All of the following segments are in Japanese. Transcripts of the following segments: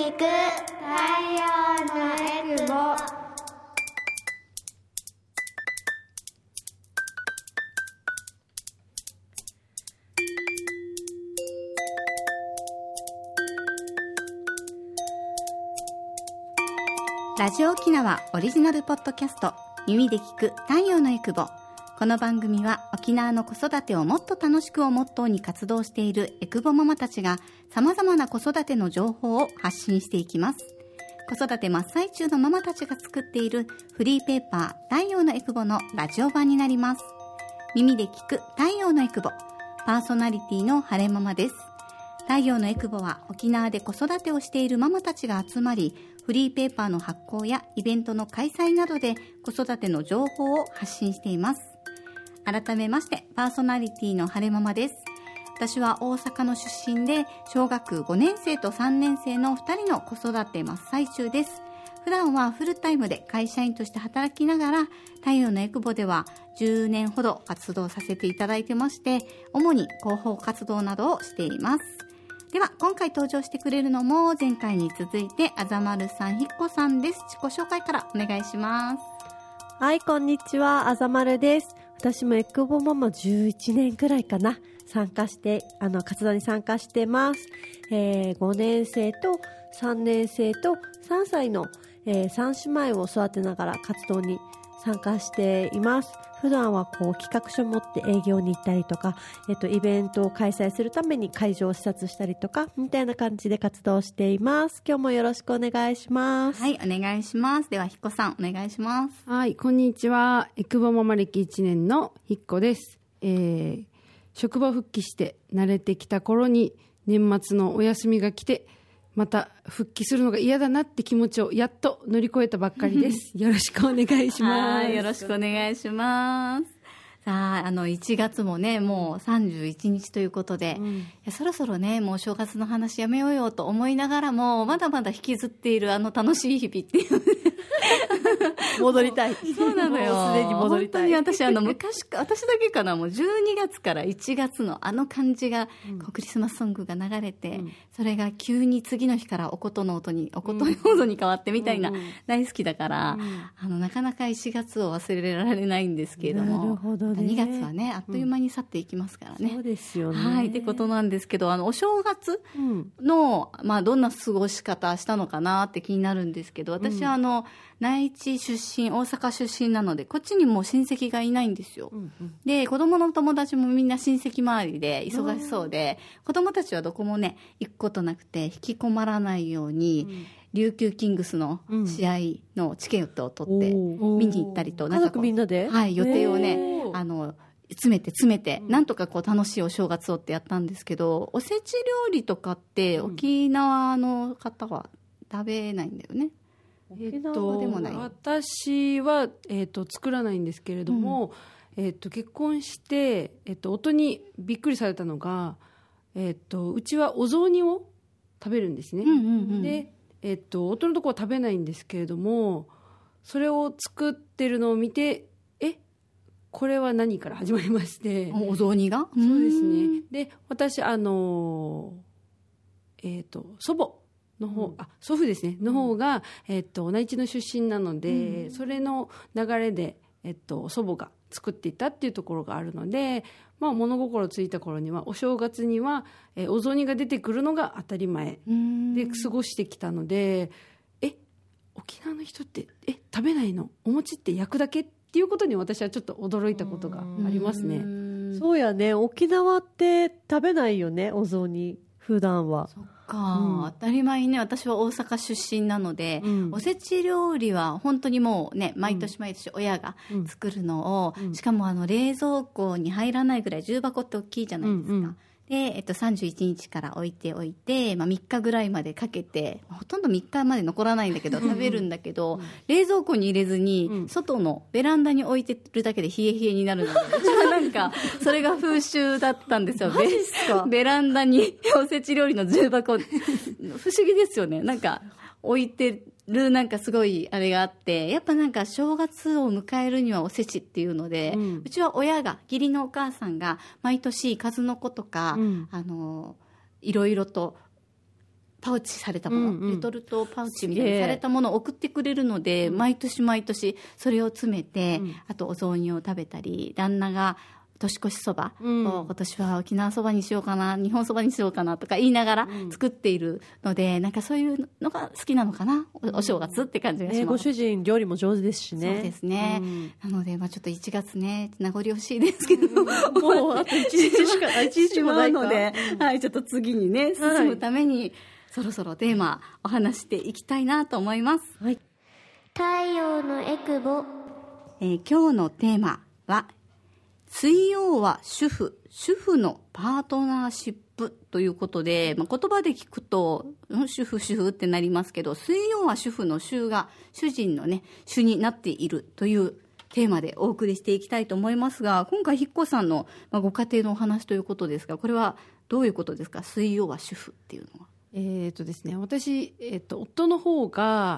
聞く太陽のエクボ。 ラジオ沖縄オリジナルポッドキャスト、耳で聞く太陽のエクボ。この番組は沖縄の子育てをもっと楽しくをモットーに活動しているエクボママたちが様々な子育ての情報を発信していきます。子育て真っ最中のママたちが作っているフリーペーパー太陽のエクボのラジオ版になります。耳で聞く太陽のエクボ、パーソナリティの晴れママです。太陽のエクボは沖縄で子育てをしているママたちが集まり、フリーペーパーの発行やイベントの開催などで子育ての情報を発信しています。改めましてパーソナリティの晴れママです。私は大阪の出身で小学5年生と3年生の2人の子育て真っ最中です。普段はフルタイムで会社員として働きながら太陽のエクボでは10年ほど活動させていただいてまして、主に広報活動などをしています。では今回登場してくれるのも前回に続いてあざまるさん、ひっこさんです。自己紹介からお願いします。 はい、こんにちは、あざまるです。私もエクボママ11年くらいかな、活動に参加してます。5年生と3年生と3歳の、3姉妹を育てながら活動に参加しています。普段は企画書を持って営業に行ったりとか、イベントを開催するために会場を視察したりとかみたいな感じで活動しています。今日もよろしくお願いします。 はい、お願いします。ではひっこさんお願いします。 はい、こんにちは。エクボママ歴1年のひっこです。職場復帰して慣れてきた頃に年末のお休みが来て、また復帰するのが嫌だなって気持ちをやっと乗り越えたばっかりです。よろしくお願いします。 はい、よろしくお願いします。さあ、1月もね、もう31日ということで、いやそろそろね、もう正月の話やめようよと思いながらも、まだまだ引きずっている楽しい日々っていう戻りたい。 そうなのよ。 もうすでに戻りたい。 本当に私だけかな、もう12月から1月の感じが、クリスマスソングが流れて、それが急に次の日からお琴の音に変わってみたいな、大好きだから、なかなか1月を忘れられないんですけれども、 なるほどね、 2月はね、あっという間に去っていきますからね。 そうですよね。 はい、ってことなんですけど、お正月の、どんな過ごし方したのかなって気になるんですけど、私は内地出身、大阪出身なので、こっちにもう親戚がいないんですよ。で、子供の友達もみんな親戚周りで忙しそうで、子供たちはどこもね、行くことなくて、引きこまらないように、琉球キングスの試合のチケットを取って見に行ったりと、 家族みんなで、 はい、予定をね、詰めて、なんとか楽しいお正月をってやったんですけど、おせち料理とかって沖縄の方は食べないんだよね。 沖縄でもない。 私は、作らないんですけれども、結婚して、夫にびっくりされたのが、うちはお雑煮を食べるんですね。で、夫のところは食べないんですけれども、それを作ってるのを見て、これは何から始まりまして。 お雑煮が？ そうですね。で、私、祖母の方、祖父ですね、の方が、内地の出身なので、それの流れで、祖母が作っていたっていうところがあるので、物心ついた頃には、お正月には、お雑煮が出てくるのが当たり前で過ごしてきたので、沖縄の人って、食べないの？お餅って焼くだけっていうことに私はちょっと驚いたことがありますね。 そうやね、沖縄って食べないよね、お雑煮普段は。 そっか、当たり前にね、私は大阪出身なので、おせち料理は本当にもうね、毎年毎年親が作るのを、しかも冷蔵庫に入らないぐらい重箱って大きいじゃないですか。で、31日から置いておいて、3日ぐらいまでかけて、ほとんど3日まで残らないんだけど、食べるんだけど、冷蔵庫に入れずに、外のベランダに置いてるだけで冷え冷えになるので、うちはなんか、それが風習だったんですよ。ベランダにおせち料理の重箱、不思議ですよね。なんか、置いてるなんかすごいあれがあって、やっぱなんか正月を迎えるにはおせちっていうので、うちは親が、義理のお母さんが毎年数の子とか、いろいろとパウチされたもの、 うんうんレトルトパウチみたいにされたものを送ってくれるので、毎年毎年それを詰めて、あとお雑煮を食べたり、旦那が年越しそばを今年は沖縄そばにしようかな、日本そばにしようかなとか言いながら作っているので、なんかそういうのが好きなのかな、お正月って感じがします。 ご主人料理も上手ですしね。 そうですね、なので、ちょっと1月ね名残惜しいですけどもうあと1日しか1日もないかので、はい、ちょっと次にね進むために、そろそろテーマお話していきたいなと思います。 はい、 太陽のエクボ。 今日のテーマは水曜は主婦のパートナーシップということで、言葉で聞くと主婦ってなりますけど、水曜は主婦の主が主人のね主になっているというテーマでお送りしていきたいと思いますが、今回ひっこさんのご家庭のお話ということですが、これはどういうことですか、水曜は主婦っていうのは。 ですね、私、夫の方が、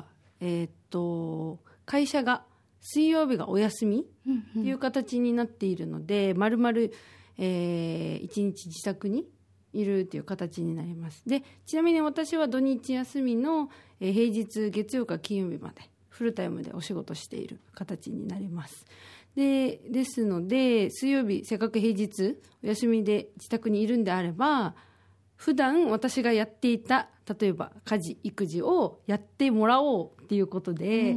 会社が水曜日がお休みっていう形になっているので、まるまる1日自宅にいるっていう形になります。で、ちなみに私は土日休みの、平日月曜から金曜日までフルタイムでお仕事している形になります。ですので、水曜日せっかく平日お休みで自宅にいるんであれば、普段私がやっていた例えば家事育児をやってもらおうっていうことで、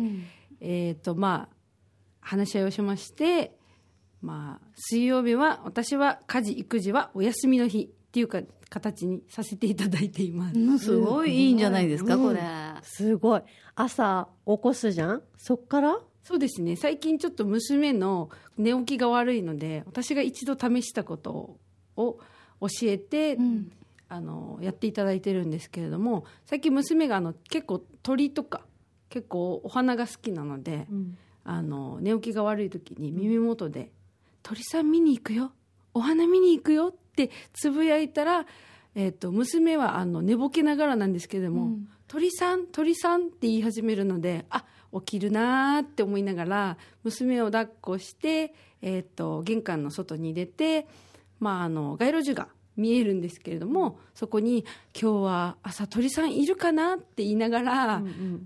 話し合いをしまして、水曜日は私は家事育児はお休みの日っていうか形にさせていただいています。 すごいいいんじゃないですか、これ。 すごい。朝起こすじゃん、そっから。 そうですね、最近ちょっと娘の寝起きが悪いので、私が一度試したことを教えて、やっていただいてるんですけれども、最近娘が結構鳥とか結構お花が好きなので、寝起きが悪い時に耳元で、鳥さん見に行くよ、お花見に行くよってつぶやいたら、娘は寝ぼけながらなんですけれども、鳥さん鳥さんって言い始めるので、起きるなって思いながら娘を抱っこして、玄関の外に出て、街路樹が見えるんですけれども、そこに今日は朝鳥さんいるかなって言いながら、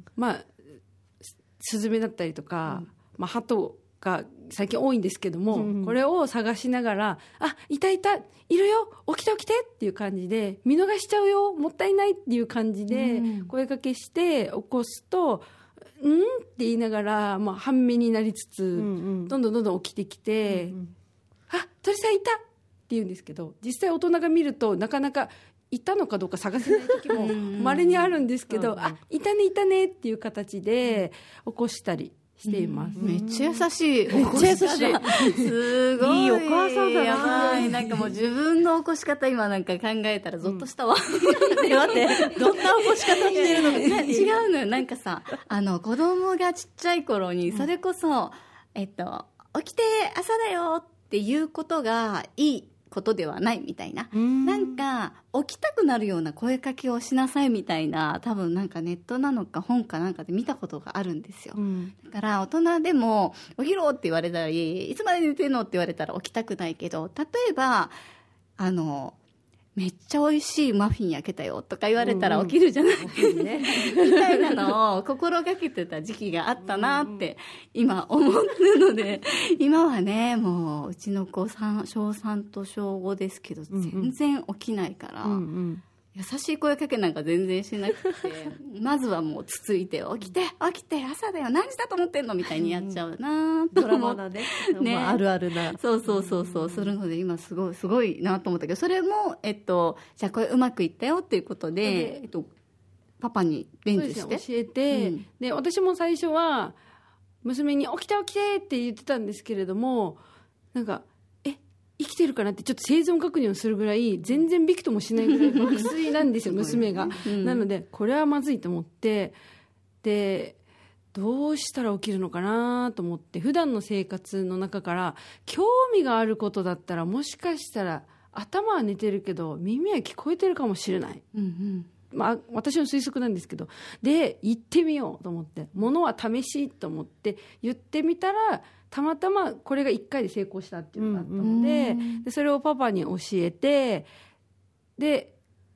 スズメだったりとか、鳩が最近多いんですけども、これを探しながら、いたいるよ、起きてっていう感じで、見逃しちゃうよ、もったいないっていう感じで声かけして起こすと、って言いながら、半目になりつつ、どんどん起きてきて、鳥さんいたって言うんですけど、実際大人が見るとなかなかいたのかどうか探せない時も稀にあるんですけど、いたねっていう形で起こしたりしています。 めっちゃ優しい。 めっちゃ優しい。 すごい。 いいお母さんだな。 やばい。なんかもう自分の起こし方今なんか考えたらゾッとしたわ。 待って、どんな起こし方してるの？ 違うのよ。なんかさ、子供がちっちゃい頃に、それこそ、起きて朝だよっていうことがいいことではないみたいな、なんか起きたくなるような声かけをしなさいみたいな、多分なんかネットなのか本かなんかで見たことがあるんですよ、だから大人でも起きろって言われたり、いつまで寝てんのって言われたら起きたくないけど、例えばめっちゃ美味しいマフィン焼けたよとか言われたら起きるじゃない、みたいなのを心がけてた時期があったなって今思ってるので、今はねもううちの子小3と小5ですけど全然起きないから、優しい声かけなんか全然しなくてまずはもうつついて起きて朝だよ、何時だと思ってんのみたいにやっちゃうなと思って、 ドラマだね、あるあるな、 そうするので今すごいなと思ったけど、それもじゃあこれうまくいったよっていうことで、パパに伝授して、 教えて、で私も最初は娘に起きてって言ってたんですけれども、なんか生きてるかなってちょっと生存確認をするぐらい全然びくともしないぐらい爆睡なんですよ娘が、なのでこれはまずいと思って、でどうしたら起きるのかなと思って、普段の生活の中から興味があることだったら、もしかしたら頭は寝てるけど耳は聞こえてるかもしれない、私の推測なんですけど、で行ってみようと思って、ものは試しと思って言ってみたら、たまたまこれが1回で成功したっていうのがあったので、それをパパに教えて、で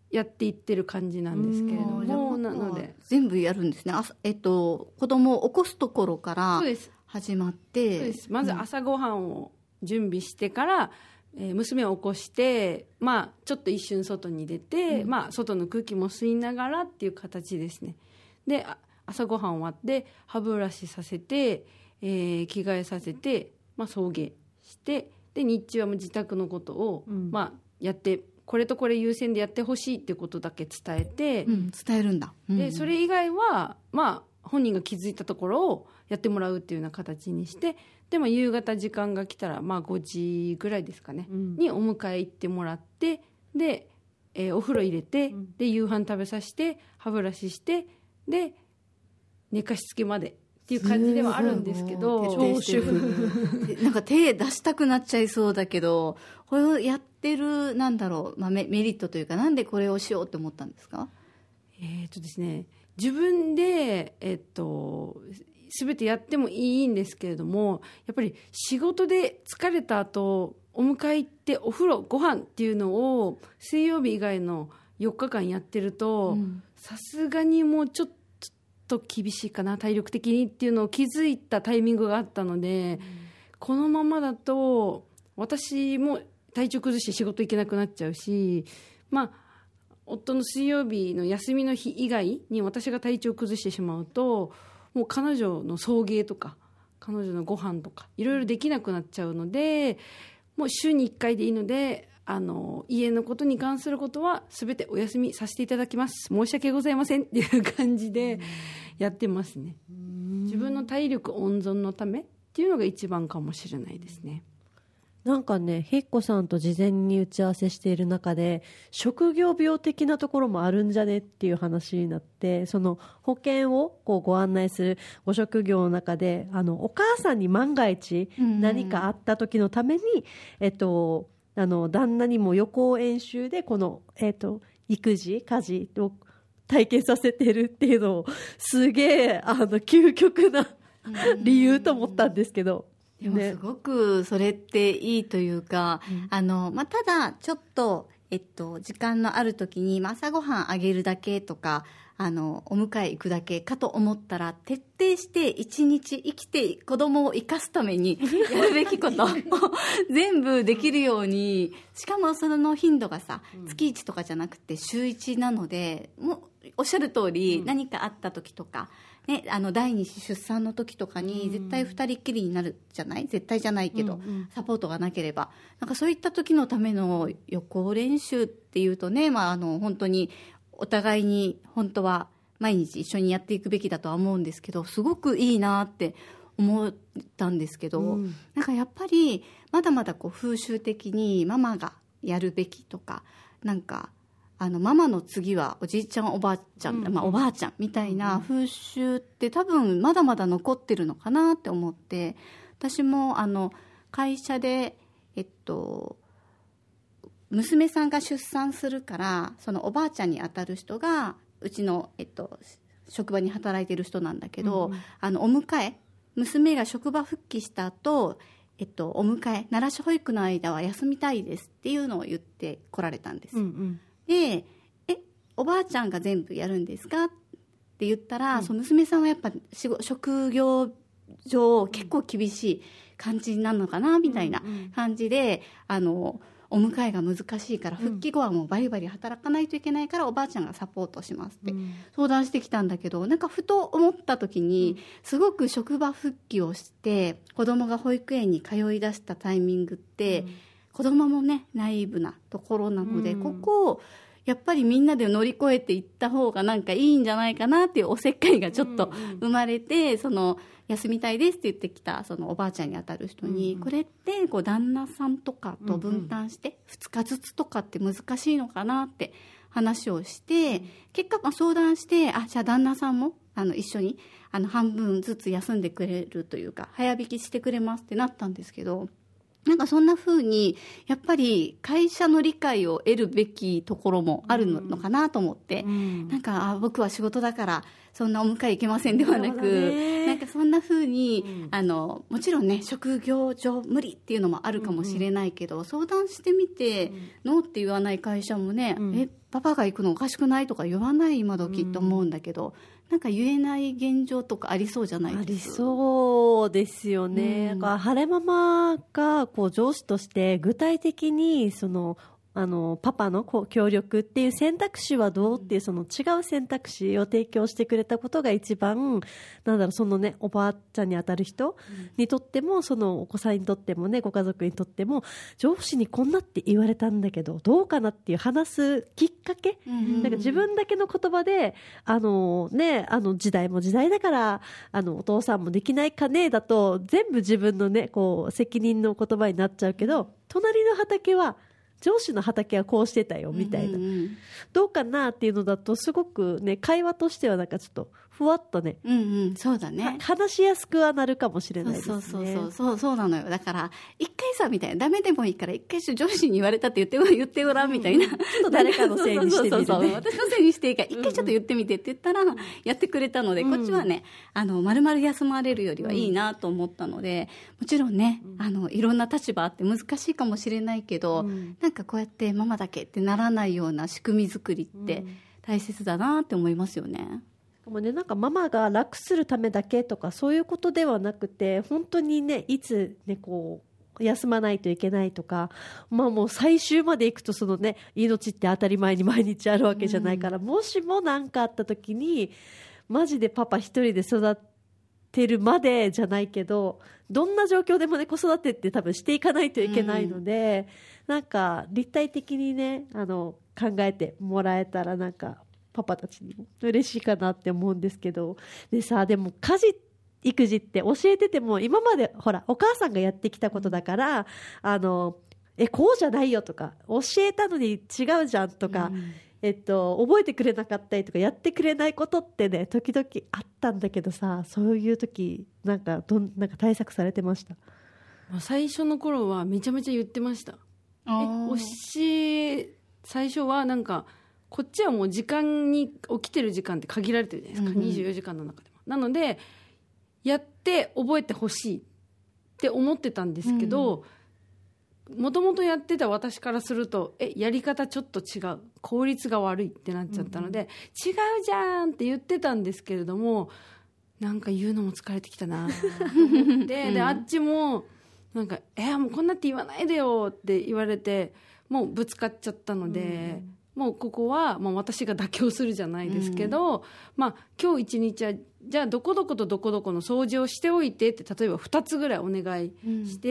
やっていってる感じなんですけれども、なので全部やるんですね。子供を起こすところからそうです始まって、 そうです。まず朝ごはんを準備してから、娘を起こして、ちょっと一瞬外に出て、外の空気も吸いながらっていう形ですね。で朝ごはん終わって歯ブラシさせて、着替えさせて、送迎して、で日中はもう自宅のことを、やってこれとこれ優先でやってほしいっていうことだけ伝えて、 伝えるんだ、 でそれ以外は本人が気づいたところをやってもらうっていうような形にして、でも夕方時間が来たら5時ぐらいですかね、にお迎え行ってもらって、で、お風呂入れて、で夕飯食べさせて歯ブラシして、で寝かしつけまでっていう感じではあるんですけど、 超主婦なんか手出したくなっちゃいそうだけど、これをやってるメリットというか、なんでこれをしようって思ったんですか？ ですね、自分で、全てやってもいいんですけれども、やっぱり仕事で疲れた後お迎え行ってお風呂ご飯っていうのを水曜日以外の4日間やってると、さすがにもうちょっと厳しいかな、体力的にっていうのを気づいたタイミングがあったので、このままだと私も体調崩して仕事行けなくなっちゃうし、夫の水曜日の休みの日以外に私が体調崩してしまうと、もう彼女の送迎とか彼女のご飯とかいろいろできなくなっちゃうので、もう週に1回でいいので、家のことに関することは全てお休みさせていただきます、申し訳ございませんっていう感じでやってますね。自分の体力温存のためっていうのが一番かもしれないですね。 なんかね、ひっこさんと事前に打ち合わせしている中で、職業病的なところもあるんじゃねっていう話になって、その保険をご案内するご職業の中で、お母さんに万が一何かあった時のために、旦那にも予行演習でこの、育児家事を体験させてるっていうのを、すげえ究極な理由と思ったんですけど、 でもすごくそれっていいというか、ただちょっと、時間のある時に、朝ごはんあげるだけとか、お迎え行くだけかと思ったら、徹底して一日生きて子供を生かすためにやるべきことを全部できるように、しかもその頻度がさ、月1とかじゃなくて週1なので、もうおっしゃる通り、何かあった時とか、ね、第二子出産の時とかに絶対2人っきりになるじゃない、絶対じゃないけど、サポートがなければ、なんかそういった時のための予行練習っていうとね、本当にお互いに本当は毎日一緒にやっていくべきだとは思うんですけど、すごくいいなって思ったんですけど、なんかやっぱりまだまだ風習的にママがやるべきとか、なんかママの次はおじいちゃんおばあちゃん、おばあちゃんみたいな風習って多分まだまだ残ってるのかなって思って、私も会社で娘さんが出産するから、そのおばあちゃんにあたる人がうちの、職場に働いてる人なんだけど、お迎え、娘が職場復帰した後、お迎え、慣らし保育の間は休みたいですっていうのを言って来られたんです、で、おばあちゃんが全部やるんですかって言ったら、その娘さんはやっぱ職業上結構厳しい感じなのかなみたいな感じで、お迎えが難しいから、復帰後はもうバリバリ働かないといけないから、おばあちゃんがサポートしますって相談してきたんだけど、なんかふと思った時に、すごく職場復帰をして子供が保育園に通い出したタイミングって、子供もねナイーブなところなので、ここをやっぱりみんなで乗り越えていった方がなんかいいんじゃないかなっていうおせっかいがちょっと生まれて、その休みたいですって言ってきたそのおばあちゃんにあたる人に、これって旦那さんとかと分担して2日ずつとかって難しいのかなって話をして、結果相談して、じゃあ旦那さんも一緒に半分ずつ休んでくれるというか、早引きしてくれますってなったんですけど、なんかそんな風にやっぱり会社の理解を得るべきところもあるのかなと思って、なんか僕は仕事だからそんなお迎え行けませんではなく、なんかそんな風に、もちろんね職業上無理っていうのもあるかもしれないけど、相談してみて、ノーって言わない会社もね、 パパが行くのおかしくないとか言わない今時と思うんだけど、なんか言えない現状とかありそうじゃないですか。 ありそうですよね。なんか晴れママがこう上司として具体的にそのパパの協力っていう選択肢はどうっていうその違う選択肢を提供してくれたことが一番そのねおばあちゃんに当たる人にとってもそのお子さんにとってもねご家族にとっても上司にこんなって言われたんだけどどうかなっていう話すきっかけ、なんか自分だけの言葉で時代も時代だからお父さんもできないかねだと全部自分のねこう責任の言葉になっちゃうけど、隣の畑は上司の畑はこうしてたよみたいな、どうかなっていうのだとすごくね会話としてはなんかちょっとふわっとね、 そうだね、 話しやすくはなるかもしれないですね。 そうなのよ。だから一回さみたいな、ダメでもいいから一回上司に言われたって言ってごらんみたいな、ちょっと誰かのせいにしてみるね。 私のせいにしていいから一回ちょっと言ってみてって言ったらやってくれたので、こっちはね丸々休まれるよりはいいなと思ったので、もちろんねいろんな立場あって難しいかもしれないけど、なんかこうやってママだけってならないような仕組み作りって大切だなって思いますよね。 なんかママが楽するためだけとかそういうことではなくて、本当にねいつねこう休まないといけないとか、もう最終までいくとそのね命って当たり前に毎日あるわけじゃないから、もしも何かあった時にマジでパパ一人で育てるまでじゃないけど、どんな状況でもね子育てって多分していかないといけないので、なんか立体的にね考えてもらえたらなんかパパたちにも嬉しいかなって思うんですけど。でさ、でも家事育児って教えてても今までほらお母さんがやってきたことだからこうじゃないよとか教えたのに違うじゃんとか、覚えてくれなかったりとかやってくれないことってね時々あったんだけどさ、そういう時なんか対策されてました？ 最初の頃はめちゃめちゃ言ってました。最初はなんかこっちはもう時間に起きてる時間って限られてるじゃないですか、24時間の中でも。なのでやって覚えてほしいって思ってたんですけど、もともとやってた私からするとやり方ちょっと違う、効率が悪いってなっちゃったので、違うじゃんって言ってたんですけれども、なんか言うのも疲れてきたなと思ってであっちもなんかもうこんなって言わないでよって言われて、もうぶつかっちゃったので、もうここは、私が妥協するじゃないですけど、今日一日はじゃあどこどことどこどこの掃除をしておいてって例えば2つぐらいお願いして、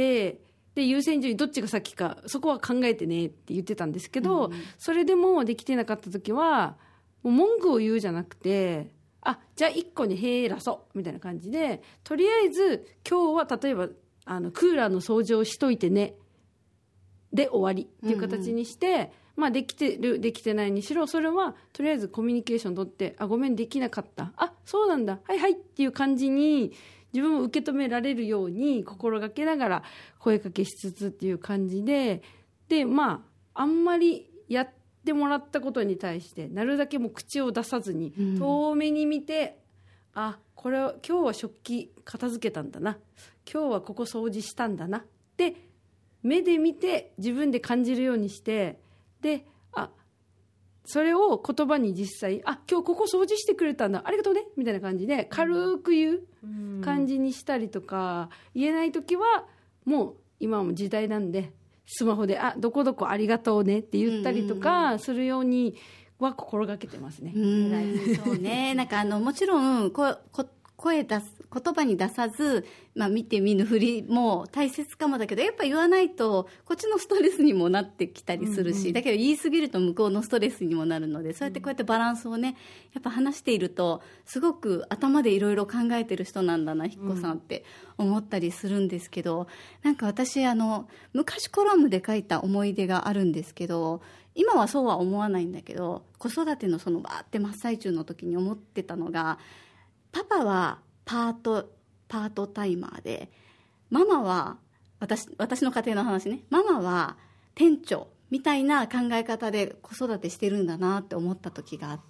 で優先順位どっちが先かそこは考えてねって言ってたんですけど、それでもできてなかった時はもう文句を言うじゃなくて、じゃあ1個に減らそうみたいな感じで、とりあえず今日は例えばクーラーの掃除をしといてねで終わりっていう形にして、できてるできてないにしろ、それはとりあえずコミュニケーション取って、ごめんできなかった、そうなんだ、はいはいっていう感じに自分も受け止められるように心がけながら声かけしつつっていう感じで、あんまりやってもらったことに対してなるだけもう口を出さずに遠目に見て、これは今日は食器片付けたんだな、今日はここ掃除したんだなって目で見て自分で感じるようにして、でそれを言葉に実際今日ここ掃除してくれたんだありがとうねみたいな感じで軽く言う感じにしたりとか、言えない時はもう今も時代なんでスマホでどこどこありがとうねって言ったりとかするようには心がけてますね。 そうね、なんかもちろん言葉に出さず、見て見ぬふりも大切かもだけど、やっぱ言わないとこっちのストレスにもなってきたりするし、だけど言い過ぎると向こうのストレスにもなるので、そうやってこうやってバランスをねやっぱ話しているとすごく頭でいろいろ考えてる人なんだなひっこさんって思ったりするんですけど、なんか私昔コラムで書いた思い出があるんですけど、今はそうは思わないんだけど、子育てのバーって真っ最中の時に思ってたのが、パパはパートタイマーで、ママは私の家庭の話ね、ママは店長みたいな考え方で子育てしてるんだなって思った時があって、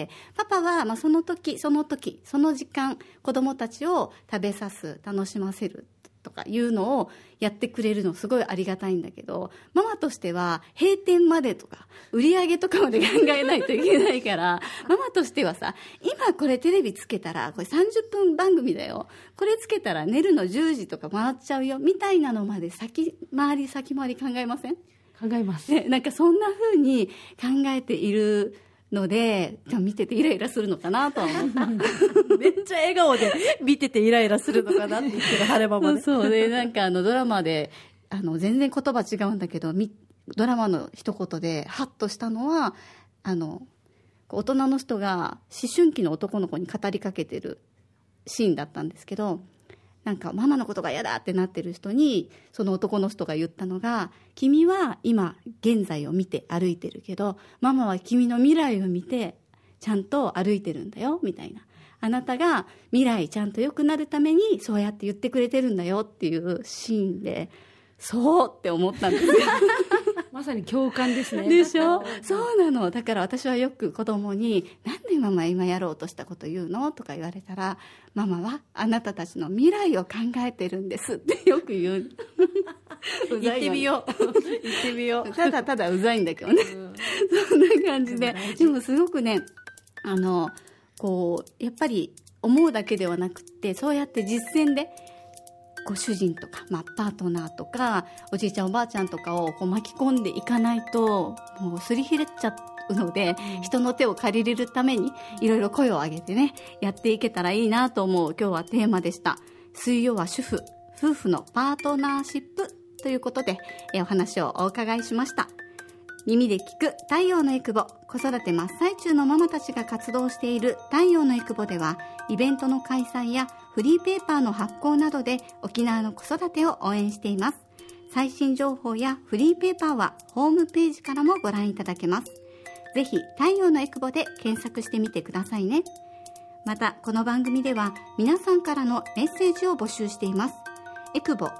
パパはその時その時その時間子供たちを食べさす楽しませるとかいうのをやってくれるのすごいありがたいんだけど、ママとしては閉店までとか売り上げとかまで考えないといけないからママとしてはさ、今これテレビつけたらこれ30分番組だよ、これつけたら寝るの10時とか回っちゃうよみたいなのまで先回り考えません？ 考えます。 なんかそんな風に考えているので、見ててイライラするのかなとは思っためっちゃ笑顔で見ててイライラするのかなって言ってる晴れママで。 そうで、なんかドラマで全然言葉違うんだけど、ドラマの一言でハッとしたのは、大人の人が思春期の男の子に語りかけてるシーンだったんですけど、なんかママのことが嫌だってなってる人にその男の人が言ったのが、君は今現在を見て歩いてるけど、ママは君の未来を見てちゃんと歩いてるんだよみたいな、あなたが未来ちゃんと良くなるためにそうやって言ってくれてるんだよっていうシーンで、そうって思ったんですよまさに共感ですね。 でしょ。そうなの。だから私はよく子供に、なんでママ今やろうとしたこと言うのとか言われたら、ママはあなたたちの未来を考えてるんですってよく言う言ってみよう言ってみよう。 ただただうざいんだけどね、そんな感じで。でもすごくね、こうやっぱり思うだけではなくって、そうやって実践でご主人とか、パートナーとかおじいちゃんおばあちゃんとかをこう巻き込んでいかないと、もうすりひれちゃうので、人の手を借りれるためにいろいろ声を上げてね、やっていけたらいいなと思う今日はテーマでした。水曜は夫婦のパートナーシップということで、お話をお伺いしました。耳で聞く太陽のエクボ、子育て真っ最中のママたちが活動している太陽のエクボでは、イベントの開催やフリーペーパーの発行などで沖縄の子育てを応援しています。最新情報やフリーペーパーはホームページからもご覧いただけます。ぜひ太陽のエクボで検索してみてくださいね。またこの番組では皆さんからのメッセージを募集しています。エクボ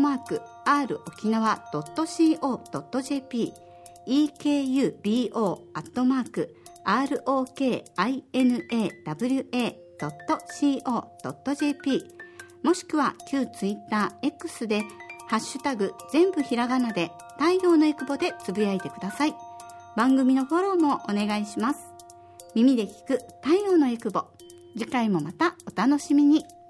@r沖縄 .co.jp ekubo@rokinawa.co.jp もしくは旧ツイッター X でハッシュタグ全部ひらがなで太陽のエクボでつぶやいてください。番組のフォローもお願いします。耳で聞く太陽のエクボ、次回もまたお楽しみに。